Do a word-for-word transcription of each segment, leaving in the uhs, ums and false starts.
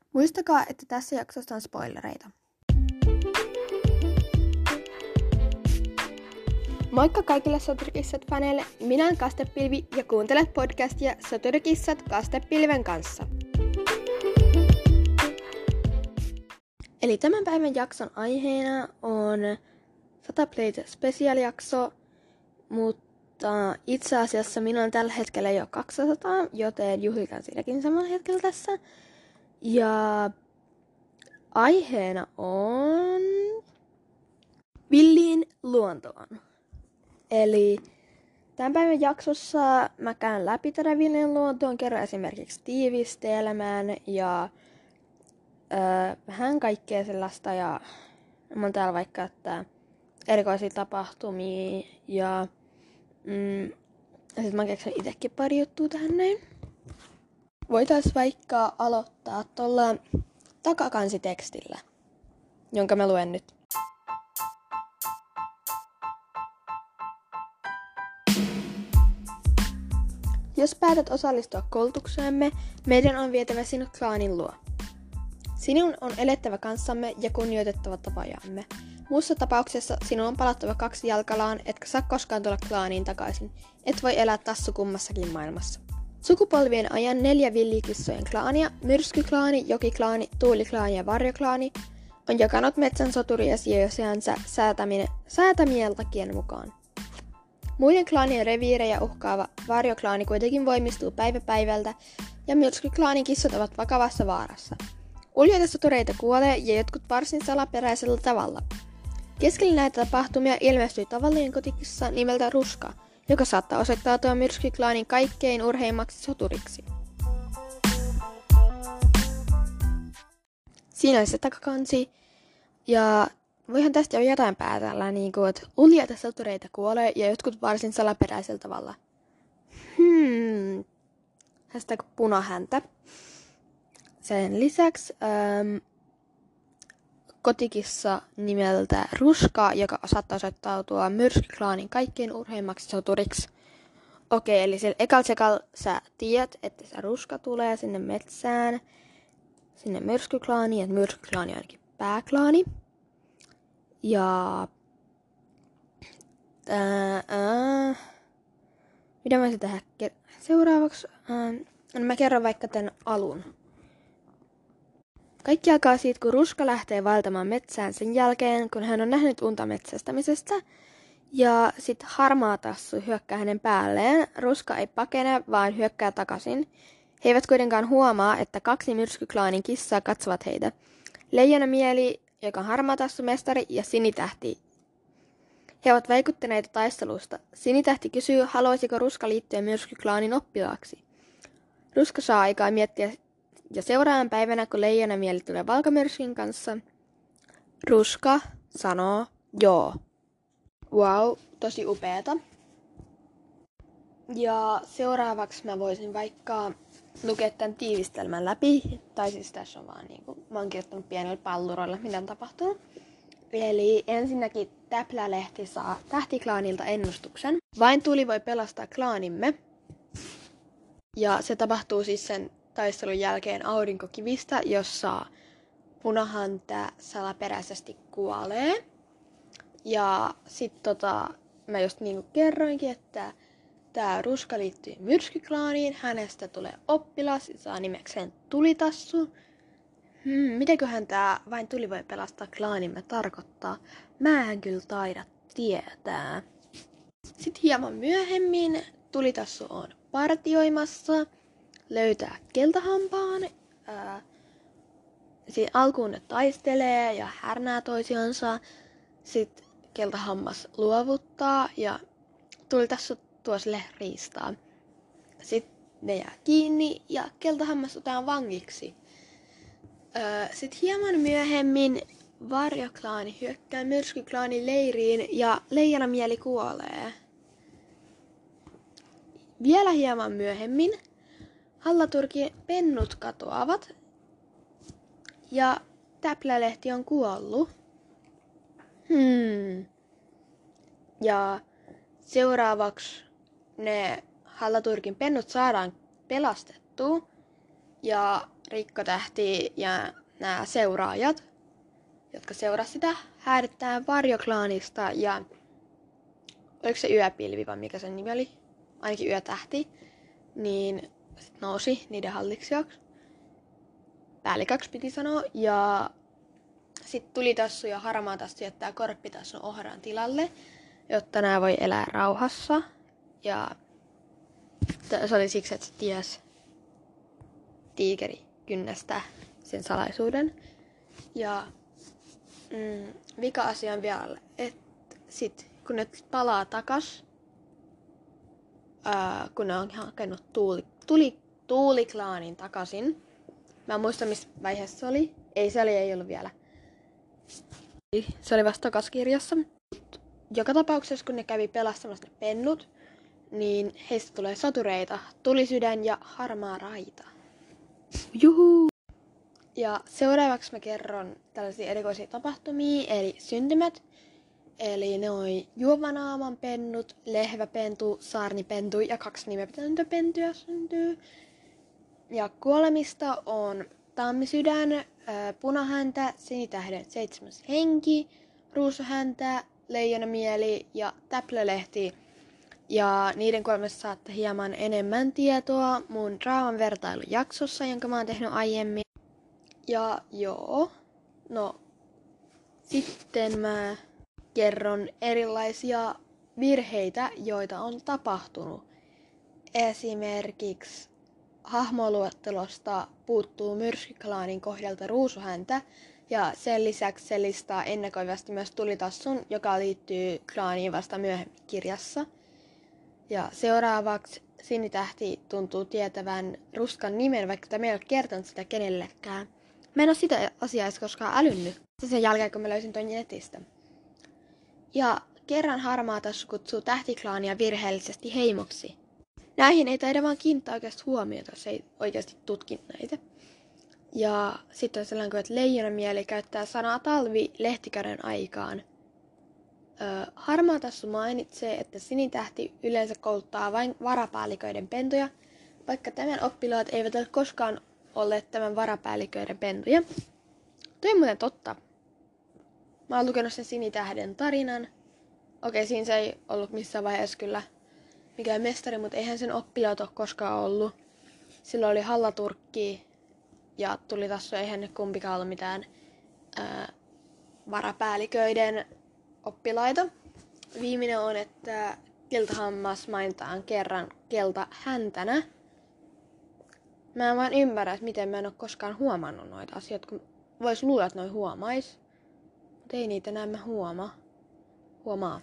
Muistakaa, että tässä jaksossa on spoilereita. Moikka kaikille Soturikissat-faneille, minä olen Kastepilvi ja kuuntelet podcastia Soturikissat Kastepilven kanssa. Eli tämän päivän jakson aiheena on sata Playt special-jakso, mutta itse asiassa minulla on tällä hetkellä jo kaksisataa, joten juhlitaan silläkin samalla hetkellä tässä. Ja aiheena on villiin luontoon. Eli tämän päivän jaksossa mä käyn läpi tätä villiin luontoon, kerron esimerkiksi tiivistelmän ja öö, vähän kaikkea sellaista. Ja mä oon täällä vaikka, että erikoisia tapahtumia ja mm, sit mä keksin itekin pari juttua tähän näin. Voitais vaikka aloittaa tuolla takakansitekstillä, jonka mä luen nyt. Jos päätät osallistua koulutukseemme, meidän on vietävä sinut klaanin luo. Sinun on elettävä kanssamme ja kunnioitettava tapajamme. Muussa tapauksessa sinun on palattava kaksi jalkalaan, etkä saa koskaan tulla klaaniin takaisin. Et voi elää tassu kummassakin maailmassa. Sukupolvien ajan neljä villikissojen klaania, myrskyklaani, jokiklaani, tuuliklaani ja varjoklaani, on jakanut metsän soturia sijoisiansa säätämien lakien mukaan. Muiden klaanien reviirejä uhkaava varjoklaani kuitenkin voimistuu päivä päivältä ja myrskyklaanin kissat ovat vakavassa vaarassa. Uljaita sotureita kuolee ja jotkut varsin salaperäisellä tavalla. Keskellä näitä tapahtumia ilmestyy tavallinen kotikissa nimeltä Ruska, joka saattaa osoittautua myrskyklaanin kaikkein urheimmaksi soturiksi. Siinä oli se takakansi, ja voihan tästä jo jotain päätellä, niin kuin, että uljaita sotureita kuolee ja jotkut varsin salaperäisellä tavalla. Hmm. Hashtag punahäntä. Sen lisäksi ähm, kotikissa nimeltä Ruska, joka saattaa osoittautua myrskyklaanin kaikkein urheimmaksi soturiksi. Okei, eli siellä ekal sekal sä tiedät, että se Ruska tulee sinne metsään, sinne myrskyklaaniin, että myrskyklaani on ainakin pääklaani. Ja Ää, ää, mitä mä sitten tehdä seuraavaksi? Ää, mä kerron vaikka tämän alun. Kaikki alkaa siitä, kun Ruska lähtee vaeltamaan metsään sen jälkeen, kun hän on nähnyt unta metsästämisestä. Ja sit harmaa tassu hyökkää hänen päälleen. Ruska ei pakene, vaan hyökkää takaisin. He eivät kuitenkaan huomaa, että kaksi myrskyklaanin kissaa katsovat heitä. Leijonamieli, joka on harmaa tassu mestari, ja Sinitähti. He ovat vaikuttaneita taistelusta. Sinitähti kysyy, haluaisiko Ruska liittyä myrskyklaanin oppilaaksi. Ruska saa aikaa miettiä, ja seuraavan päivänä, kun leijonamieli tulee valkomyrskyn kanssa, Ruska sanoo joo. Wow, tosi upeeta. Ja seuraavaksi mä voisin vaikka lukea tämän tiivistelmän läpi. Tai siis tässä on vaan niinku, mä oon kirjoittanut pienillä palluroilla, mitä on tapahtunut. Eli ensinnäkin Täplälehti saa Tähtiklaanilta ennustuksen. Vain tuli voi pelastaa klaanimme. Ja se tapahtuu siis sen taistelun jälkeen aurinkokivistä, jossa punahäntä salaperäisesti kuolee. Ja sit tota, mä just niinku kerroinkin, että tää Ruska liittyy myrskyklaaniin, hänestä tulee oppilas ja saa nimekseen Tulitassu. Hmm, mitäköhän tää vain tuli voi pelastaa klaanimme tarkoittaa? Mä en kyllä taida tietää. Sitten hieman myöhemmin Tulitassu on partioimassa, löytää keltahampaan. Ää, siinä alkuun ne taistelee ja härnää toisiansa. Sitten keltahammas luovuttaa ja Tulitassu tuo sille riistaa. Sitten ne jää kiinni ja keltahammas otetaan vangiksi. Öö, Sitten hieman myöhemmin varjoklaani hyökkää myrskyklaanin leiriin ja leijonamieli kuolee. Vielä hieman myöhemmin Hallaturkin pennut katoavat ja Täplälehti on kuollut. Hmm. Ja seuraavaksi ne Hallaturkin pennut saadaan pelastettua. ja Rikkotähti ja nämä seuraajat, jotka seurasivat sitä, häädetään Varjoklaanista ja oliko se Yöpilvi vai mikä sen nimi oli, ainakin Yötähti, niin sit nousi niiden hallitsijaksi. Päälliköksi piti sanoa, ja sitten Tulitassu ja Harmaatassu jättää Korppitassun Ohran tilalle, jotta nämä voi elää rauhassa. Ja se oli siksi, että se ties tiikeri kynnästä sen salaisuuden. Ja mm, vika asia on vielä, että sit kun ne palaa takas, ää, kun ne on hakenut tuuli, tuli, tuuliklaanin takaisin. Mä en muista, missä vaiheessa se oli. Ei, se oli, ei ollut vielä. Se oli vasta takaskirjassa. Joka tapauksessa, kun ne kävi pelastamassa ne pennut, niin heistä tulee sotureita, Tulisydän ja Harmaa Raita. Juhu! Ja seuraavaksi mä kerron tällaisia erikoisia tapahtumia, eli syntymät. Eli ne on juovanaaman pennut, lehväpentu, saarnipentu ja kaksi nimetöntöpentyä syntyy. Ja kuolemista on tammisydän, punahäntä, sinitähden seitsemäs henki, ruusuhäntä, leijonamieli ja täplölehti. Ja niiden kolmesta saatte hieman enemmän tietoa mun draaman vertailujaksossa, jonka mä oon tehnyt aiemmin. Ja joo, no sitten mä kerron erilaisia virheitä, joita on tapahtunut. Esimerkiksi hahmoluettelosta puuttuu myrskyklaanin kohdalta ruusuhäntä ja sen lisäksi se listaa ennakoivasti myös Tulitassun, joka liittyy klaaniin vasta myöhemmin kirjassa. Ja seuraavaksi Sinitähti tuntuu tietävän Ruskan nimen, vaikka tämä ei ole kertonut sitä kenellekään. Mä en ole sitä asiaa edes koskaan älynnyt. Se sen jälkeen, kun mä löysin ton netistä. Ja kerran Harmaatassu kutsuu tähtiklaania virheellisesti heimoksi. Näihin ei taida vaan kiinnittää oikeasti huomiota, jos ei oikeasti tutki näitä. Ja sitten on sellainen, että leijonamieli käyttää sanaa talvi lehtikäden aikaan. Öö, Harmaatassu mainitsee, että Sinitähti yleensä kouluttaa vain varapäälliköiden pentuja, vaikka tämän oppilaat eivät ole koskaan olleet tämän varapäälliköiden pentuja. Toi on muuten totta. Mä oon lukenut sen Sinitähden tarinan. Okei, siinä se ei ollut missään vaiheessa kyllä mikään mestari, mutta eihän sen oppilaat ole koskaan ollut. Silloin oli Hallaturkki ja Tulitassu, eihän ne kumpikaan ollut mitään ää, varapäälliköiden oppilaita. Viimeinen on, että Keltahammas mainitaan kerran keltahäntänä. Mä en vaan ymmärrä, että miten mä en ole koskaan huomannut noita asioita, kun vois luulla, että noi huomais. Mutta ei niitä näemmä huomaa. Huomaa.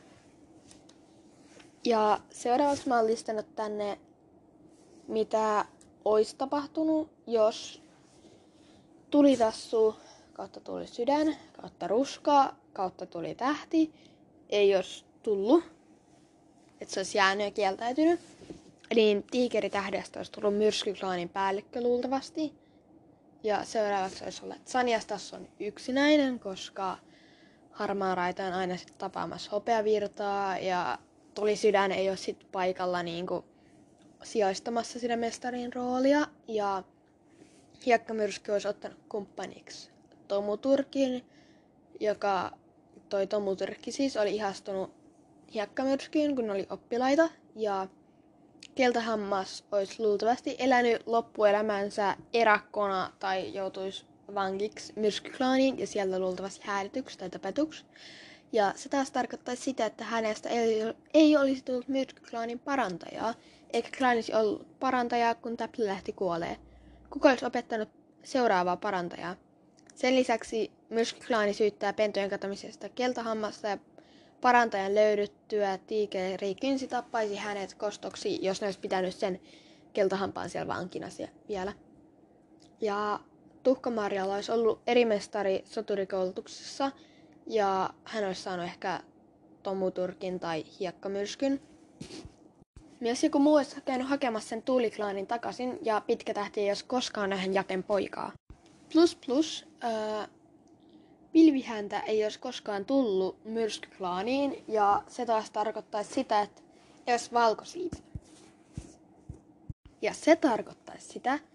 Ja seuraavaksi mä oon listannut tänne, mitä olisi tapahtunut, jos Tulitassu kautta Tulisydän kautta Ruska kautta Tulitähti ei olisi tullut. Että se olisi jäänyt ja kieltäytynyt. Niin Tiikeritähdestä olisi tullut myrskyklaanin päällikkö luultavasti. Ja seuraavaksi olisi ollut, että Sanjastassu on yksinäinen, koska Harmaa Raita on aina sitten tapaamassa hopeavirtaa ja Tulisydän ei ole sitten paikalla niinku sijaistamassa sitä mestarin roolia. Ja Hiekkamyrsky olisi ottanut kumppaniksi Tomuturkin, joka toi Tomuturkki siis oli ihastunut Hiekkamyrskyyn, kun oli oppilaita. Ja Keltahammas olisi luultavasti elänyt loppuelämänsä erakkona tai joutuisi vankiksi myrskyklaaniin ja siellä luultavasti häädetyksi tai tapetuksi. Ja se taas tarkoittaisi sitä, että hänestä ei, ei olisi tullut myrskyklaanin parantajaa, eikä klaanisi ollut parantajaa, kun Täplölehti kuolee. Kuka olisi opettanut seuraavaa parantajaa? Sen lisäksi myrskyklaani syyttää pentujen katomisesta Keltahammasta ja parantajan löydyttyä Tiikeri kynsi tappaisi hänet kostoksi, jos ne olisi pitänyt sen Keltahampaan siellä vankina vielä. Ja Tuhkamarjalla olisi ollut erimestari soturikoulutuksessa ja hän olisi saanut ehkä Tomuturkin tai Hiekkamyrskyn. Myös joku muu olisi käynyt hakemassa sen tuuliklaanin takaisin ja Pitkätähti ei olisi koskaan nähnyt Jaken poikaa. Plus plus, ää, Pilvihäntä ei olisi koskaan tullut myrskyklaaniin ja se taas tarkoittaisi sitä, että ei olisi valkosiipi. Ja se tarkoittaisi sitä,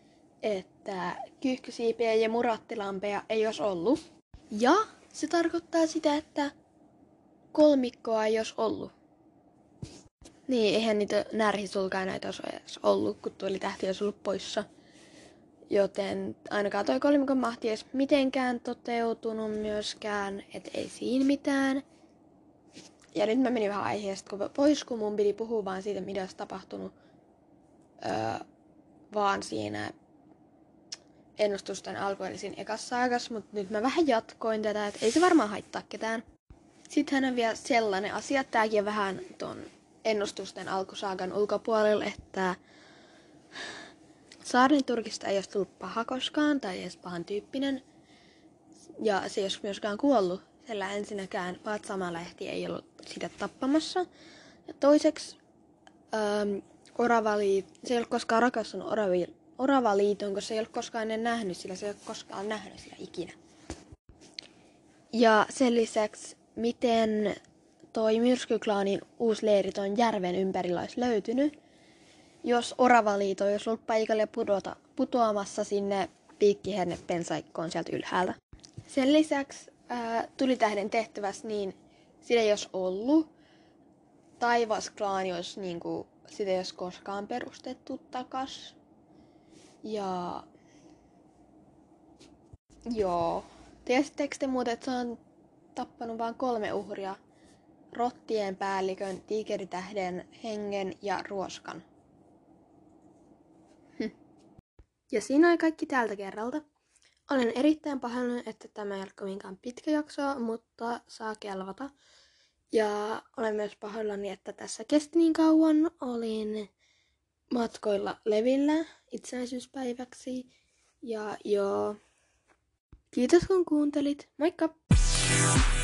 että kyyhkysiipiä ja murattilampeja ei olisi ollut. Ja se tarkoittaa sitä, että kolmikkoa ei olisi ollut. Niin, eihän niitä närhisulkaa näitä olisi edes ollut, kun tuo oli tähti olisi ollut poissa. Joten ainakaan toi kolmikon mahti ei mitenkään toteutunut myöskään, et ei siinä mitään. Ja nyt mä menin vähän aiheesta pois, kun mun piti puhua vaan siitä, mitä olisi tapahtunut öö, vaan siinä ennustusten alku, eli siinä ekassa saakassa, mutta nyt mä vähän jatkoin tätä, että ei se varmaan haittaa ketään. Sittenhän on vielä sellainen asia, että tääkin on vähän ton ennustusten alkusaakan ulkopuolella, että Saarniturkista ei olisi tullut paha koskaan, tai edes pahan tyyppinen, ja se ei olisi myöskään kuollut, sillä ensinnäkään Patsamalehti ei ollut sitä tappamassa. Ja toiseksi ähm, Oravaliit, se ei ollut koskaan rakastanut Oravi, Oravaliiton, koska se ei ollut koskaan ennen nähnyt sillä, se ei ole koskaan nähnyt sillä ikinä. Ja sen lisäksi, miten toi myrskyklaanin uusi leiri ton järven ympärillä olisi löytynyt, jos Oravaliito olisi ollut paikalle pudota, putoamassa sinne piikkihernepensaikkoon sieltä ylhäältä. Sen lisäksi ää, tulitähden tehtävässä niin sitä ei olisi ollut. Taivasklaani olisi niinku, sitä ei olisi koskaan perustettu takas. Ja joo. Tiesittekö te muuten, että se on tappanut vain kolme uhria? Rottien päällikön, tiikeritähden, hengen ja ruoskan. Hm. Ja siinä oli kaikki tältä kerralta. Olen erittäin pahoillani, että tämä ei ole kovinkaan pitkä jakso, mutta saa kelvata. Ja olen myös pahoillani, että tässä kesti niin kauan. Olin matkoilla levillä itsenäisyyspäiväksi. Ja joo. Kiitos kun kuuntelit. Moikka!